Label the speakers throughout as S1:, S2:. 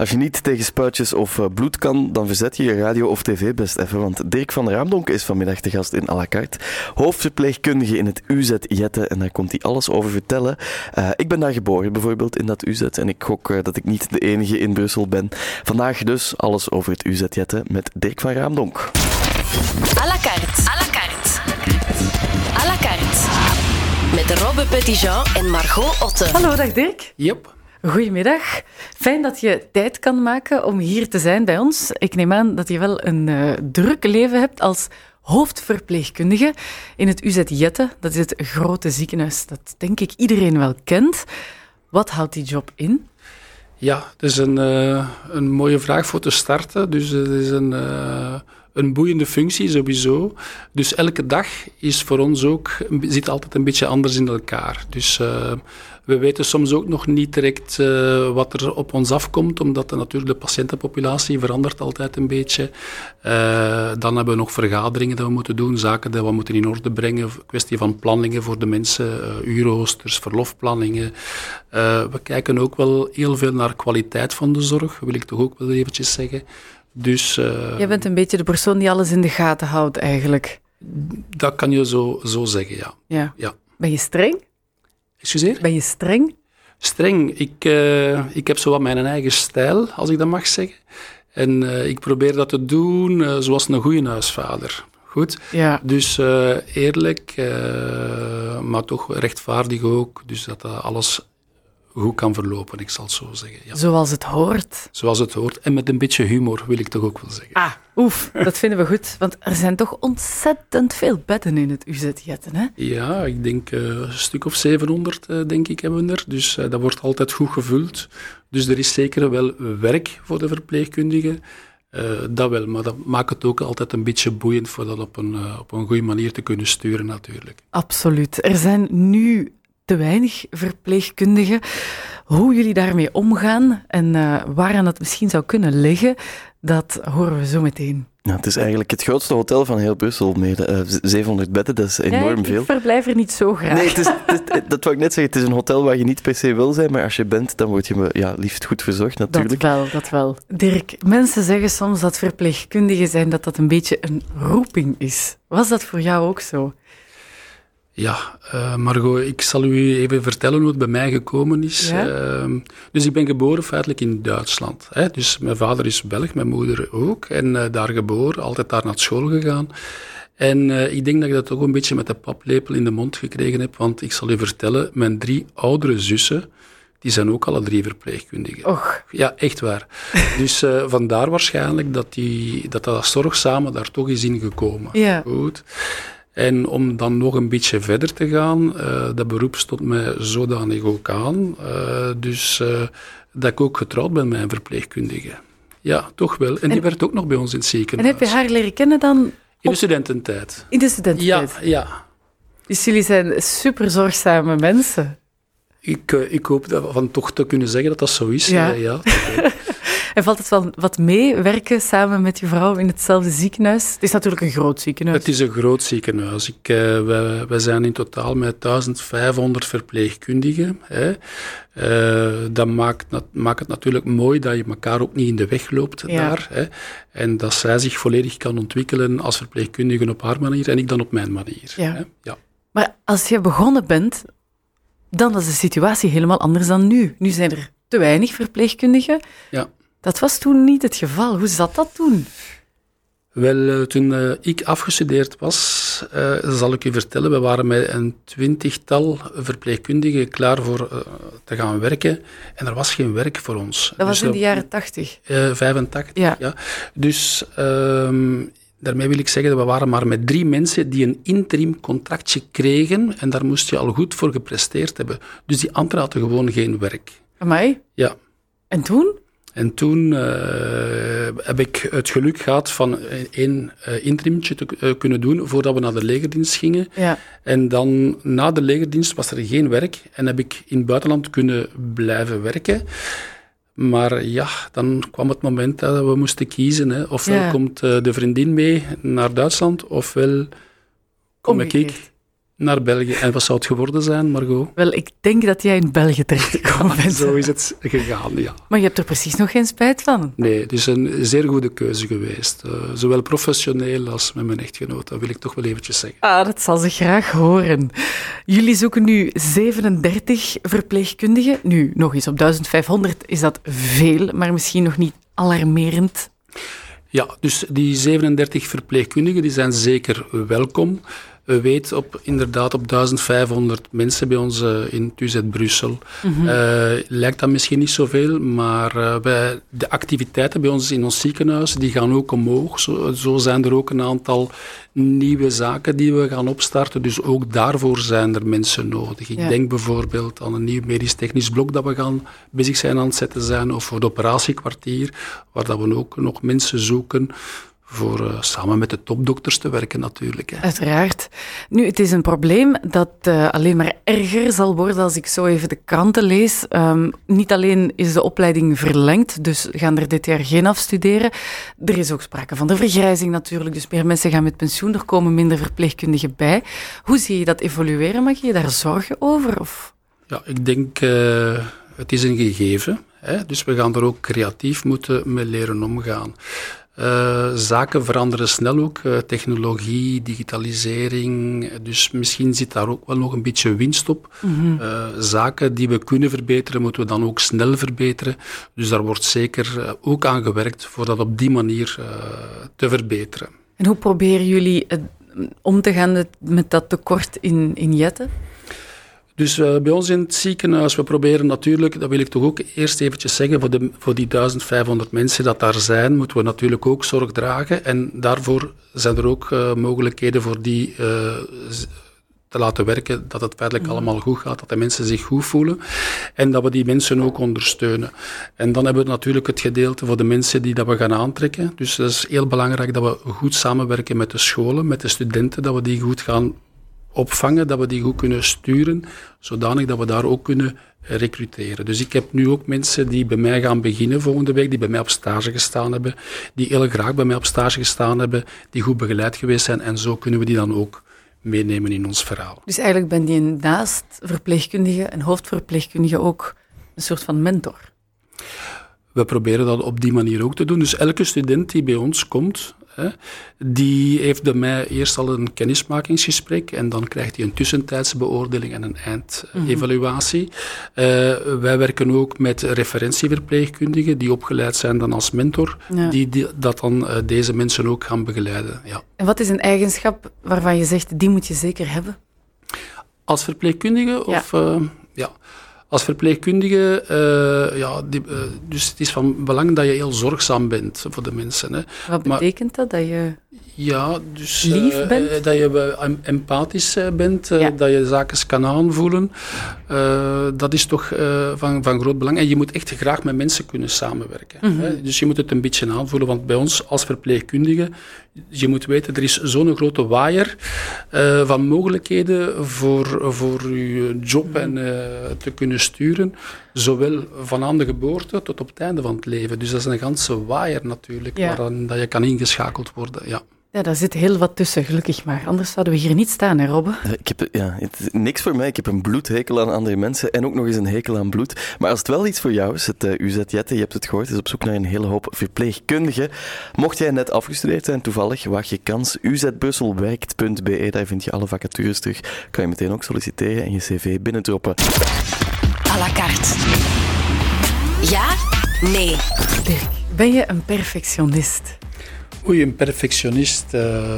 S1: Als je niet tegen spuitjes of bloed kan, dan verzet je je radio of tv best even, want Dirk van Raamdonk is vanmiddag te gast in à la carte. Hoofdverpleegkundige in het UZ Jette en daar komt hij alles over vertellen. Ik ben daar geboren, bijvoorbeeld, in dat UZ en ik gok dat ik niet de enige in Brussel ben. Vandaag dus alles over het UZ Jette met Dirk van Raamdonk.
S2: À la carte. À la carte. À la carte. Met Robbe Petitjean en Margot Otte.
S3: Hallo, dag Dirk.
S4: Yep.
S3: Goedemiddag. Fijn dat je tijd kan maken om hier te zijn bij ons. Ik neem aan dat je wel een druk leven hebt als hoofdverpleegkundige in het UZ Jette. Dat is het grote ziekenhuis dat denk ik iedereen wel kent. Wat houdt die job in?
S4: Ja, het is een mooie vraag voor te starten. Dus het is een boeiende functie sowieso. Dus elke dag is voor ons ook, zit altijd een beetje anders in elkaar. Dus we weten soms ook nog niet direct wat er op ons afkomt, omdat natuurlijk de patiëntenpopulatie verandert altijd een beetje. Dan hebben we nog vergaderingen dat we moeten doen, zaken die we moeten in orde brengen, kwestie van planningen voor de mensen, uurroosters, verlofplanningen. We kijken ook wel heel veel naar kwaliteit van de zorg, wil ik toch ook wel eventjes zeggen. Dus,
S3: Jij bent een beetje de persoon die alles in de gaten houdt, eigenlijk.
S4: Dat kan je zo zeggen, ja. Ja.
S3: Ben je streng?
S4: Excuseer?
S3: Ben je streng?
S4: Streng. Ik heb zo wat mijn eigen stijl, als ik dat mag zeggen. En ik probeer dat te doen zoals een goede huisvader. Goed?
S3: Ja.
S4: Dus eerlijk, maar toch rechtvaardig ook. Dus dat alles goed kan verlopen, ik zal het zo zeggen. Ja.
S3: Zoals het hoort.
S4: Zoals het hoort. En met een beetje humor, wil ik toch ook wel zeggen.
S3: Dat vinden we goed. Want er zijn toch ontzettend veel bedden in het UZ Jette, hè?
S4: Ja, ik denk een stuk of 700, denk ik, hebben we er. Dus dat wordt altijd goed gevuld. Dus er is zeker wel werk voor de verpleegkundigen. Dat wel, maar dat maakt het ook altijd een beetje boeiend voor dat op een goede manier te kunnen sturen, natuurlijk.
S3: Absoluut. Er zijn nu te weinig verpleegkundigen. Hoe jullie daarmee omgaan en waaraan dat misschien zou kunnen liggen, dat horen we zo meteen.
S1: Ja, het is eigenlijk het grootste hotel van heel Brussel. 700 bedden, dat is enorm veel.
S3: Ik verblijf er niet zo graag.
S1: Nee, dat wou ik net zeggen. Het is een hotel waar je niet per se wil zijn, maar als je bent, dan word je liefst goed verzorgd, natuurlijk.
S3: Dat wel. Dirk, mensen zeggen soms dat verpleegkundigen zijn, dat een beetje een roeping is. Was dat voor jou ook zo?
S4: Ja, Margot, ik zal u even vertellen hoe het bij mij gekomen is.
S3: Ja?
S4: Dus ik ben geboren feitelijk in Duitsland. Hè. Dus mijn vader is Belg, mijn moeder ook. En daar geboren, altijd daar naar school gegaan. En ik denk dat ik dat ook een beetje met de paplepel in de mond gekregen heb. Want ik zal u vertellen, mijn 3 oudere zussen, die zijn ook alle 3 verpleegkundigen.
S3: Och.
S4: Ja, echt waar. Dus vandaar waarschijnlijk dat zorgzame daar toch is ingekomen.
S3: Ja.
S4: Goed. En om dan nog een beetje verder te gaan, dat beroep stond mij zodanig ook aan, dat ik ook getrouwd ben met een verpleegkundige. Ja, toch wel. En die werkt ook nog bij ons in het ziekenhuis.
S3: En heb je haar leren kennen dan?
S4: In de studententijd.
S3: In de studententijd?
S4: Ja.
S3: Dus jullie zijn super zorgzame mensen.
S4: Ik hoop van toch te kunnen zeggen dat dat zo is.
S3: Ja.
S4: Ja.
S3: En valt het wel wat mee, werken samen met je vrouw in hetzelfde ziekenhuis? Het is natuurlijk een groot ziekenhuis.
S4: Het is een groot ziekenhuis. Wij zijn in totaal met 1500 verpleegkundigen. Hè. Dat maakt het natuurlijk mooi dat je elkaar ook niet in de weg loopt daar. Hè. En dat zij zich volledig kan ontwikkelen als verpleegkundige op haar manier en ik dan op mijn manier.
S3: Ja.
S4: Hè. Ja.
S3: Maar als je begonnen bent, dan was de situatie helemaal anders dan nu. Nu zijn er te weinig verpleegkundigen. Ja. Dat was toen niet het geval. Hoe zat dat toen?
S4: Wel, toen ik afgestudeerd was, zal ik u vertellen, we waren met een 20-tal verpleegkundigen klaar voor te gaan werken. En er was geen werk voor ons.
S3: Dat was in de jaren 80?
S4: 85, ja. Dus daarmee wil ik zeggen dat we waren maar met 3 mensen die een interim contractje kregen. En daar moest je al goed voor gepresteerd hebben. Dus die anderen hadden gewoon geen werk.
S3: Amai?
S4: Ja.
S3: En toen?
S4: En toen heb ik het geluk gehad van 1 interimtje te kunnen doen voordat we naar de legerdienst gingen. Ja. En dan na de legerdienst was er geen werk en heb ik in het buitenland kunnen blijven werken. Maar ja, dan kwam het moment dat we moesten kiezen. Hè. Ofwel komt de vriendin mee naar Duitsland, ofwel kom ik Naar België. En wat zou het geworden zijn, Margot?
S3: Wel, ik denk dat jij in België terechtgekomen bent.
S4: Zo is het gegaan, ja.
S3: Maar je hebt er precies nog geen spijt van.
S4: Nee, het is een zeer goede keuze geweest. Zowel professioneel als met mijn echtgenoot. Dat wil ik toch wel eventjes zeggen.
S3: Dat zal ze graag horen. Jullie zoeken nu 37 verpleegkundigen. Nu, nog eens op 1500 is dat veel, maar misschien nog niet alarmerend.
S4: Ja, dus die 37 verpleegkundigen die zijn zeker welkom. We weten inderdaad op 1500 mensen bij ons in het UZ Brussel. Lijkt dat misschien niet zoveel, maar de activiteiten bij ons in ons ziekenhuis die gaan ook omhoog. Zo zijn er ook een aantal nieuwe zaken die we gaan opstarten. Dus ook daarvoor zijn er mensen nodig. Ik denk bijvoorbeeld aan een nieuw medisch-technisch blok dat we gaan bezig zijn aan het zetten zijn, of voor het operatiekwartier, waar dat we ook nog mensen zoeken voor samen met de topdokters te werken natuurlijk. Hè.
S3: Uiteraard. Nu, het is een probleem dat alleen maar erger zal worden als ik zo even de kranten lees. Niet alleen is de opleiding verlengd, dus gaan er dit jaar geen afstuderen. Er is ook sprake van de vergrijzing natuurlijk, dus meer mensen gaan met pensioen, er komen minder verpleegkundigen bij. Hoe zie je dat evolueren? Mag je je daar zorgen over? Of?
S4: Ja, ik denk, het is een gegeven. Hè? Dus we gaan er ook creatief moeten mee leren omgaan. Zaken veranderen snel ook, technologie, digitalisering, dus misschien zit daar ook wel nog een beetje winst op. Zaken die we kunnen verbeteren, moeten we dan ook snel verbeteren. Dus daar wordt zeker ook aan gewerkt voor dat op die manier te verbeteren.
S3: En hoe proberen jullie om te gaan met dat tekort in Jette?
S4: Dus bij ons in het ziekenhuis, we proberen natuurlijk, dat wil ik toch ook eerst eventjes zeggen, voor die 1500 mensen dat daar zijn, moeten we natuurlijk ook zorg dragen. En daarvoor zijn er ook mogelijkheden voor die te laten werken, dat het feitelijk allemaal goed gaat, dat de mensen zich goed voelen en dat we die mensen ook ondersteunen. En dan hebben we natuurlijk het gedeelte voor de mensen die dat we gaan aantrekken. Dus dat is heel belangrijk dat we goed samenwerken met de scholen, met de studenten, dat we die goed gaan opvangen, dat we die goed kunnen sturen, zodanig dat we daar ook kunnen recruteren. Dus ik heb nu ook mensen die bij mij gaan beginnen volgende week, die bij mij op stage gestaan hebben, die heel graag bij mij op stage gestaan hebben, die goed begeleid geweest zijn en zo kunnen we die dan ook meenemen in ons verhaal.
S3: Dus eigenlijk ben je naast verpleegkundige en hoofdverpleegkundige ook een soort van mentor?
S4: We proberen dat op die manier ook te doen. Dus elke student die bij ons komt, die heeft bij mij eerst al een kennismakingsgesprek en dan krijgt hij een tussentijdse beoordeling en een eindevaluatie. Wij werken ook met referentieverpleegkundigen die opgeleid zijn dan als mentor, die dat dan deze mensen ook gaan begeleiden. Ja.
S3: En wat is een eigenschap waarvan je zegt, die moet je zeker hebben?
S4: Als verpleegkundige? Ja. Als verpleegkundige, dus het is van belang dat je heel zorgzaam bent voor de mensen. Hè.
S3: Wat betekent dat? Dat je
S4: dus,
S3: lief bent?
S4: Dat je empathisch bent, dat je zaken kan aanvoelen. Dat is toch van groot belang. En je moet echt graag met mensen kunnen samenwerken. Hè. Dus je moet het een beetje aanvoelen, want bij ons als verpleegkundige, je moet weten, er is zo'n grote waaier van mogelijkheden voor je job en te kunnen sturen, zowel van aan de geboorte tot op het einde van het leven. Dus dat is een ganse waaier natuurlijk, waarin dat je kan ingeschakeld worden.
S3: Ja, daar zit heel wat tussen, gelukkig maar. Anders zouden we hier niet staan, hè, Robbe?
S1: Het is niks voor mij. Ik heb een bloedhekel aan andere mensen en ook nog eens een hekel aan bloed. Maar als het wel iets voor jou is, het UZ Jette, je hebt het gehoord, is op zoek naar een hele hoop verpleegkundigen. Mocht jij net afgestudeerd zijn, toevallig, waag je kans. uzbrusselwerkt.be, daar vind je alle vacatures terug. Kan je meteen ook solliciteren en je cv binnendroppen.
S2: À la carte. Ja? Nee.
S3: Dirk, ben je een perfectionist?
S4: Oei, een perfectionist.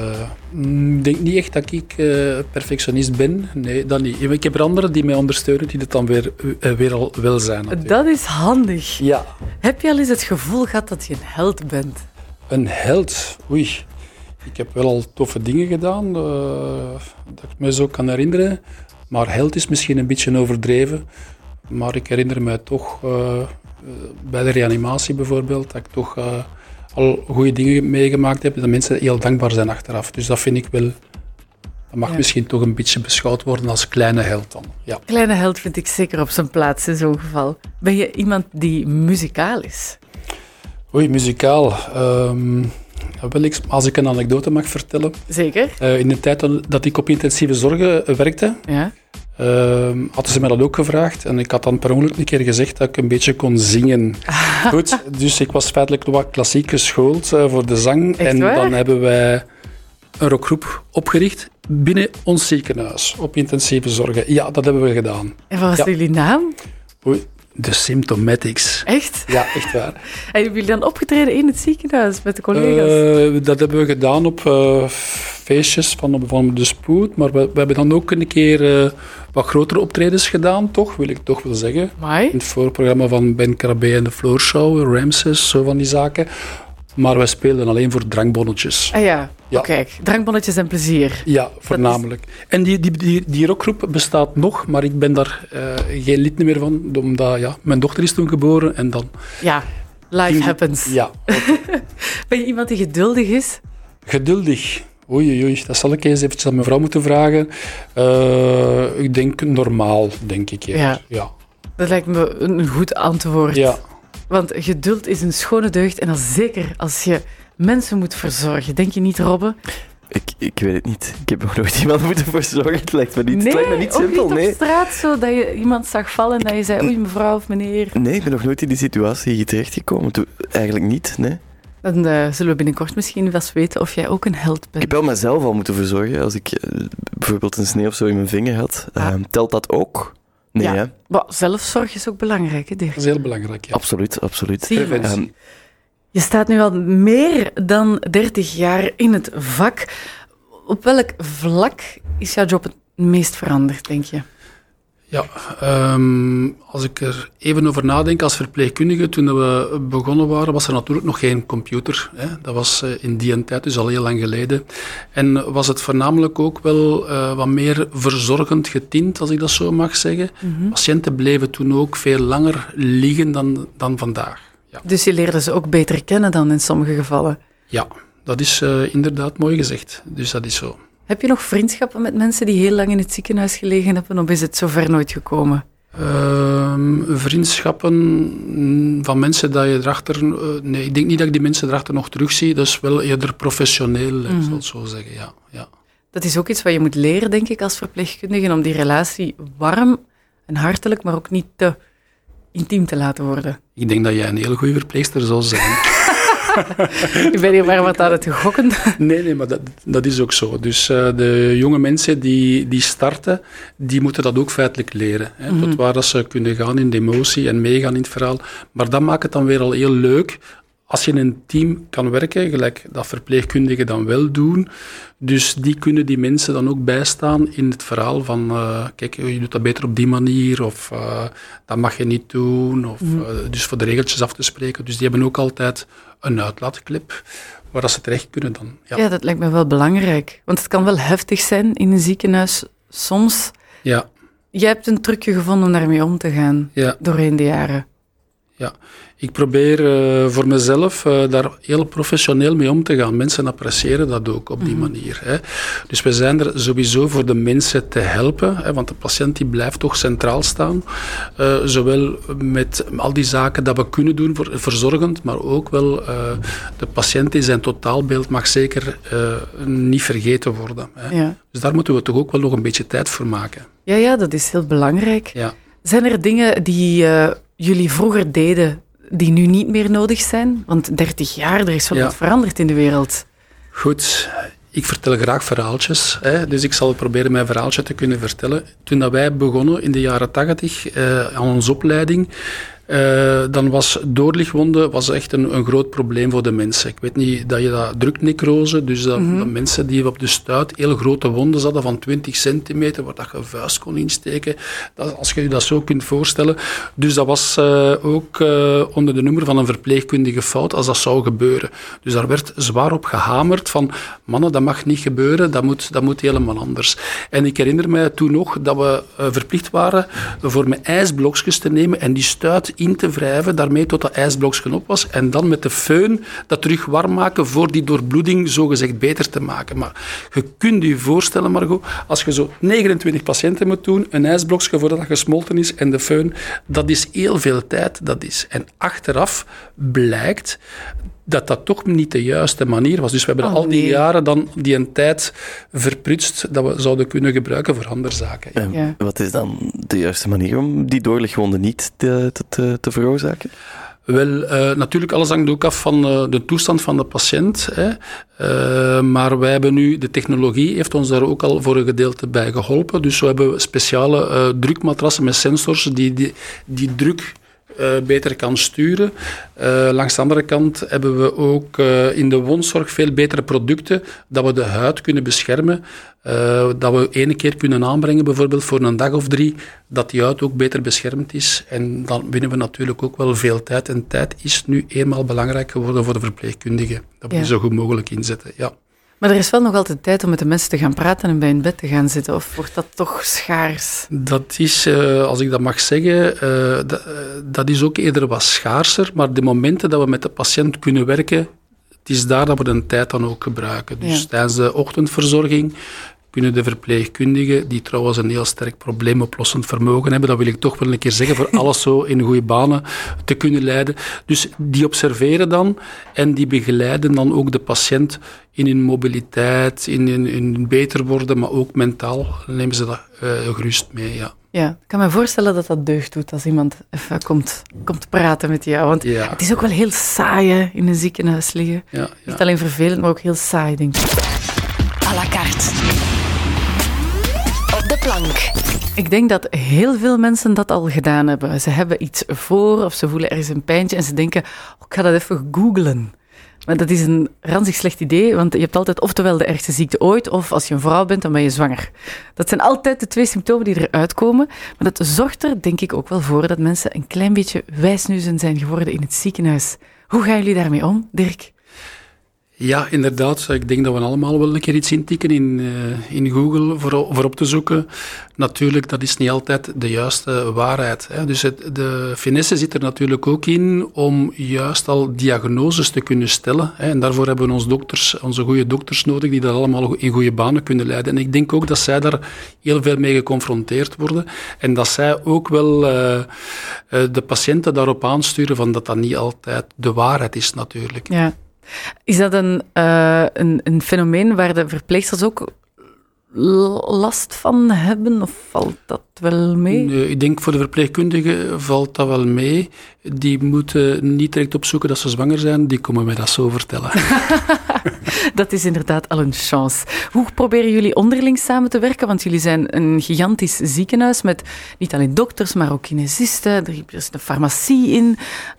S4: Ik denk niet echt dat ik perfectionist ben. Nee, dat niet. Ik heb er anderen die mij ondersteunen, die dat dan weer al wel zijn. Natuurlijk.
S3: Dat is handig.
S4: Ja.
S3: Heb je al eens het gevoel gehad dat je een held bent?
S4: Een held? Oei. Ik heb wel al toffe dingen gedaan, dat ik me zo kan herinneren. Maar held is misschien een beetje overdreven. Maar ik herinner mij toch, bij de reanimatie bijvoorbeeld, dat ik toch al goede dingen meegemaakt heb, dat mensen heel dankbaar zijn achteraf. Dus dat vind ik wel, dat mag misschien toch een beetje beschouwd worden als kleine held dan. Ja.
S3: Kleine held vind ik zeker op zijn plaats in zo'n geval. Ben je iemand die muzikaal is?
S4: Oei, muzikaal. Als ik een anekdote mag vertellen.
S3: Zeker.
S4: In de tijd dat ik op intensieve zorgen werkte, hadden ze mij dat ook gevraagd. En ik had dan per ongeluk een keer gezegd dat ik een beetje kon zingen. Goed, dus ik was feitelijk wat klassiek geschoold voor de zang.
S3: Echt
S4: en
S3: waar?
S4: dan hebben wij een rockgroep opgericht binnen ons ziekenhuis op intensieve zorgen. Ja, dat hebben we gedaan.
S3: En wat was jullie naam?
S4: De Symptomatics.
S3: Echt?
S4: Ja, echt waar.
S3: En hebben jullie dan opgetreden in het ziekenhuis met de collega's?
S4: Dat hebben we gedaan op feestjes van de spoed. Maar we hebben dan ook een keer wat grotere optredens gedaan, toch? Wil ik toch wel zeggen.
S3: Amai.
S4: In het voorprogramma van Ben Carabé en de Floor Show, Ramses, zo van die zaken. Maar wij speelden alleen voor drankbonnetjes.
S3: Ah ja,
S4: Ja.
S3: Kijk, drankbonnetjes en plezier.
S4: Ja, voornamelijk. En die rockgroep bestaat nog, maar ik ben daar geen lid meer van. Omdat mijn dochter is toen geboren en dan...
S3: Ja, life happens.
S4: Ja.
S3: Ben je iemand die geduldig is?
S4: Geduldig. Oei, dat zal ik eens eventjes aan mijn vrouw moeten vragen. Ik denk normaal, denk ik. Ja.
S3: Dat lijkt me een goed antwoord.
S4: Ja.
S3: Want geduld is een schone deugd en dan zeker als je mensen moet verzorgen. Denk je niet, Robbe?
S1: Ik weet het niet. Ik heb nog nooit iemand moeten verzorgen. Het lijkt me niet, het lijkt me niet simpel.
S3: Ook niet op straat zo dat je iemand zag vallen en dat je zei, oei, mevrouw of meneer.
S1: Nee, ik ben nog nooit in die situatie terechtgekomen. Eigenlijk niet, nee.
S3: Dan zullen we binnenkort misschien wel eens weten of jij ook een held
S1: Ik
S3: bent.
S1: heb wel mezelf al moeten verzorgen. Als ik bijvoorbeeld een snee of zo in mijn vinger had. Telt dat ook? Nee,
S3: Ja.
S1: hè?
S3: Maar zelfzorg is ook belangrijk, hè, Dirk?
S4: Dat is heel belangrijk, ja.
S1: Absoluut.
S3: Zie je wel.
S4: Preventie.
S3: Je staat nu al meer dan 30 jaar in het vak. Op welk vlak is jouw job het meest veranderd, denk je?
S4: Ja, als ik er even over nadenk, als verpleegkundige, toen we begonnen waren, was er natuurlijk nog geen computer. Hè. Dat was in die tijd, dus al heel lang geleden. En was het voornamelijk ook wel wat meer verzorgend getint, als ik dat zo mag zeggen. Patiënten bleven toen ook veel langer liggen dan vandaag. Ja.
S3: Dus je leerde ze ook beter kennen dan in sommige gevallen.
S4: Ja, dat is inderdaad mooi gezegd. Dus dat is zo.
S3: Heb je nog vriendschappen met mensen die heel lang in het ziekenhuis gelegen hebben, of is het zover nooit gekomen?
S4: Vriendschappen van mensen dat je erachter... nee, ik denk niet dat ik die mensen erachter nog terugzie. Dat is wel eerder professioneel, ik zal het zo zeggen, ja.
S3: Dat is ook iets wat je moet leren, denk ik, als verpleegkundige, om die relatie warm en hartelijk, maar ook niet te intiem te laten worden.
S4: Ik denk dat jij een hele goede verpleegster zal zijn.
S3: Ik ben hier maar wat aan het gokken.
S4: Nee, maar dat is ook zo. Dus de jonge mensen die starten, die moeten dat ook feitelijk leren. Hè, tot waar dat ze kunnen gaan in de emotie en meegaan in het verhaal. Maar dat maakt het dan weer al heel leuk als je in een team kan werken, gelijk dat verpleegkundigen dan wel doen. Dus die kunnen die mensen dan ook bijstaan in het verhaal van kijk, je doet dat beter op die manier, of dat mag je niet doen, of dus voor de regeltjes af te spreken. Dus die hebben ook altijd een uitlaatklep waar dat ze terecht kunnen dan.
S3: Ja, dat lijkt me wel belangrijk. Want het kan wel heftig zijn in een ziekenhuis soms.
S4: Ja.
S3: Jij hebt een trucje gevonden om daarmee om te gaan doorheen de jaren.
S4: Ja, ik probeer voor mezelf daar heel professioneel mee om te gaan. Mensen appreciëren dat ook op die manier. Hè. Dus we zijn er sowieso voor de mensen te helpen, hè, want de patiënt die blijft toch centraal staan. Zowel met al die zaken dat we kunnen doen, verzorgend, maar ook wel de patiënt in zijn totaalbeeld mag zeker niet vergeten worden. Hè.
S3: Ja.
S4: Dus daar moeten we toch ook wel nog een beetje tijd voor maken.
S3: Ja, dat is heel belangrijk.
S4: Ja.
S3: Zijn er dingen die jullie vroeger deden, die nu niet meer nodig zijn? Want 30 jaar, er is wel wat veranderd in de wereld.
S4: Goed, ik vertel graag verhaaltjes. Hè, dus ik zal proberen mijn verhaaltje te kunnen vertellen. Toen dat wij begonnen in de jaren 80 aan onze opleiding, dan was doorlichtwonden echt een groot probleem voor de mensen. Ik weet niet dat je dat druknecrose, dus dat mensen die op de stuit heel grote wonden hadden van 20 centimeter, waar dat je een vuist kon insteken, als je je dat zo kunt voorstellen. Dus dat was ook onder de noemer van een verpleegkundige fout als dat zou gebeuren. Dus daar werd zwaar op gehamerd van, mannen, dat mag niet gebeuren, dat moet helemaal anders. En ik herinner mij toen nog dat we verplicht waren voor mijn ijsblokjes te nemen en die stuit in te wrijven, daarmee tot dat ijsblokje op was, en dan met de föhn dat terug warm maken voor die doorbloeding zogezegd beter te maken. Maar je kunt je voorstellen, Margot, als je zo 29 patiënten moet doen, een ijsblokje voordat dat gesmolten is en de föhn, dat is heel veel tijd. Dat is. En achteraf blijkt dat toch niet de juiste manier was. Dus we hebben al die jaren dan die een tijd verprutst dat we zouden kunnen gebruiken voor andere zaken.
S1: Ja. Wat is dan de juiste manier om die doorligwonden niet te veroorzaken?
S4: Wel, natuurlijk, alles hangt ook af van de toestand van de patiënt. Maar wij hebben nu, de technologie heeft ons daar ook al voor een gedeelte bij geholpen. Dus zo hebben we speciale drukmatrassen met sensors die druk beter kan sturen. Langs de andere kant hebben we ook in de wondzorg veel betere producten dat we de huid kunnen beschermen. Dat we 1 keer kunnen aanbrengen, bijvoorbeeld voor een dag of 3, dat die huid ook beter beschermd is. En dan winnen we natuurlijk ook wel veel tijd. En tijd is nu eenmaal belangrijk geworden voor de verpleegkundigen. Dat we die zo goed mogelijk inzetten, ja.
S3: Maar er is wel nog altijd tijd om met de mensen te gaan praten en bij hun bed te gaan zitten. Of wordt dat toch schaars?
S4: Dat is, als ik dat mag zeggen, dat is ook eerder wat schaarser. Maar de momenten dat we met de patiënt kunnen werken, het is daar dat we de tijd dan ook gebruiken. Dus tijdens de ochtendverzorging kunnen de verpleegkundigen, die trouwens een heel sterk probleemoplossend vermogen hebben, dat wil ik toch wel een keer zeggen, voor alles zo in goede banen te kunnen leiden. Dus die observeren dan en die begeleiden dan ook de patiënt in hun mobiliteit, in beter worden, maar ook mentaal nemen ze dat gerust mee, ja.
S3: Ja, ik kan me voorstellen dat dat deugd doet als iemand even komt praten met jou. Want het is ook wel heel saai in een ziekenhuis liggen. Ja. Niet alleen vervelend, maar ook heel saai, denk ik.
S2: À la carte. Op de plank.
S3: Ik denk dat heel veel mensen dat al gedaan hebben. Ze hebben iets voor of ze voelen ergens een pijntje en ze denken, ik ga dat even googlen. Maar dat is een ranzig slecht idee, want je hebt altijd oftewel de ergste ziekte ooit, of als je een vrouw bent, dan ben je zwanger. Dat zijn altijd de 2 symptomen die eruit komen. Maar dat zorgt er, denk ik, ook wel voor dat mensen een klein beetje wijsneuzen zijn geworden in het ziekenhuis. Hoe gaan jullie daarmee om, Dirk?
S4: Ja, inderdaad. Ik denk dat we allemaal wel een keer iets intikken in Google voor op te zoeken. Natuurlijk, dat is niet altijd de juiste waarheid. Hè. Dus de finesse zit er natuurlijk ook in om juist al diagnoses te kunnen stellen. Hè. En daarvoor hebben we onze goede dokters nodig, die dat allemaal in goede banen kunnen leiden. En ik denk ook dat zij daar heel veel mee geconfronteerd worden. En dat zij ook wel de patiënten daarop aansturen van dat niet altijd de waarheid is, natuurlijk.
S3: Ja. Is dat een fenomeen waar de verpleegsters ook last van hebben, of valt dat wel mee?
S4: Nee, ik denk voor de verpleegkundigen valt dat wel mee. Die moeten niet direct opzoeken dat ze zwanger zijn, die komen mij dat zo vertellen.
S3: Dat is inderdaad al een chance. Hoe proberen jullie onderling samen te werken? Want jullie zijn een gigantisch ziekenhuis met niet alleen dokters, maar ook kinesisten. Er is een farmacie in.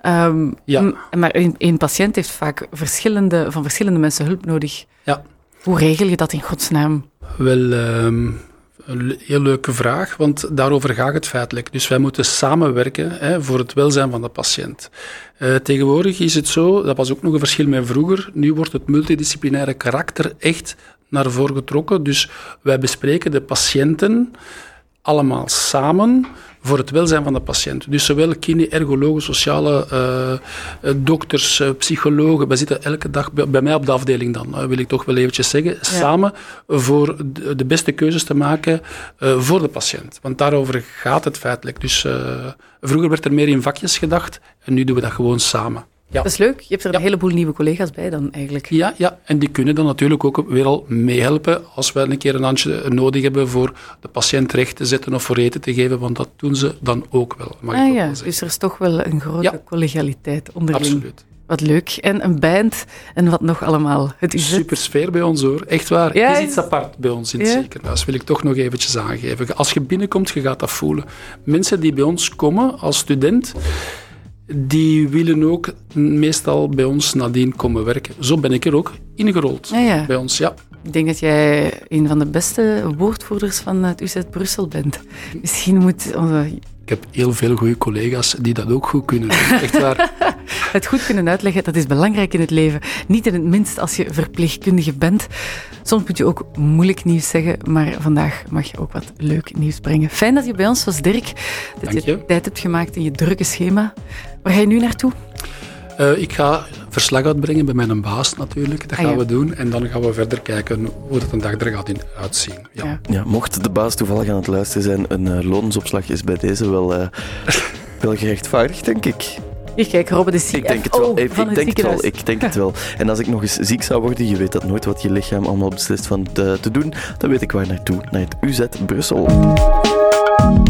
S3: Maar één patiënt heeft vaak van verschillende mensen hulp nodig. Ja. Hoe regel je dat in godsnaam?
S4: Wel, een heel leuke vraag, want daarover gaat het feitelijk. Dus wij moeten samenwerken voor het welzijn van de patiënt. Tegenwoordig is het zo, dat was ook nog een verschil met vroeger, nu wordt het multidisciplinaire karakter echt naar voren getrokken. Dus wij bespreken de patiënten allemaal samen voor het welzijn van de patiënt. Dus zowel kine, ergologen, sociale dokters, psychologen. Wij zitten elke dag bij mij op de afdeling dan, wil ik toch wel eventjes zeggen, samen voor de beste keuzes te maken voor de patiënt. Want daarover gaat het feitelijk. Dus vroeger werd er meer in vakjes gedacht en nu doen we dat gewoon samen. Ja.
S3: Dat is leuk. Je hebt er een heleboel nieuwe collega's bij dan eigenlijk.
S4: Ja, en die kunnen dan natuurlijk ook weer al meehelpen als we een keer een handje nodig hebben voor de patiënt recht te zetten of voor eten te geven, want dat doen ze dan ook wel.
S3: Dus er is toch wel een grote collegialiteit onderling.
S4: Absoluut.
S3: Wat leuk. En een band en wat nog allemaal. Het is
S4: super sfeer bij ons hoor, echt waar. Het is iets apart bij ons in het ziekenhuis, wil ik toch nog eventjes aangeven. Als je binnenkomt, je gaat dat voelen. Mensen die bij ons komen als student, die willen ook meestal bij ons nadien komen werken. Zo ben ik er ook ingerold bij ons, ja.
S3: Ik denk dat jij een van de beste woordvoerders van het UZ Brussel bent. Misschien moet...
S4: Ik heb heel veel goede collega's die dat ook goed kunnen. Echt waar.
S3: Het goed kunnen uitleggen, dat is belangrijk in het leven. Niet in het minst als je verpleegkundige bent. Soms moet je ook moeilijk nieuws zeggen, maar vandaag mag je ook wat leuk nieuws brengen. Fijn dat je bij ons was, Dirk. Dat je tijd hebt gemaakt in je drukke schema. Waar ga je nu naartoe?
S4: Ik ga verslag uitbrengen bij mijn baas natuurlijk. Dat gaan we doen. En dan gaan we verder kijken hoe dat een dag er gaat uitzien.
S1: Ja, mocht de baas toevallig aan het luisteren zijn, een loonsopslag is bij deze wel gerechtvaardigd, denk ik.
S3: Kijk, Robbe de CFO
S1: ik denk het wel.
S3: Ik
S1: denk het wel. En als ik nog eens ziek zou worden, je weet dat nooit wat je lichaam allemaal beslist van te doen, dan weet ik waar naartoe. Naar het UZ Brussel.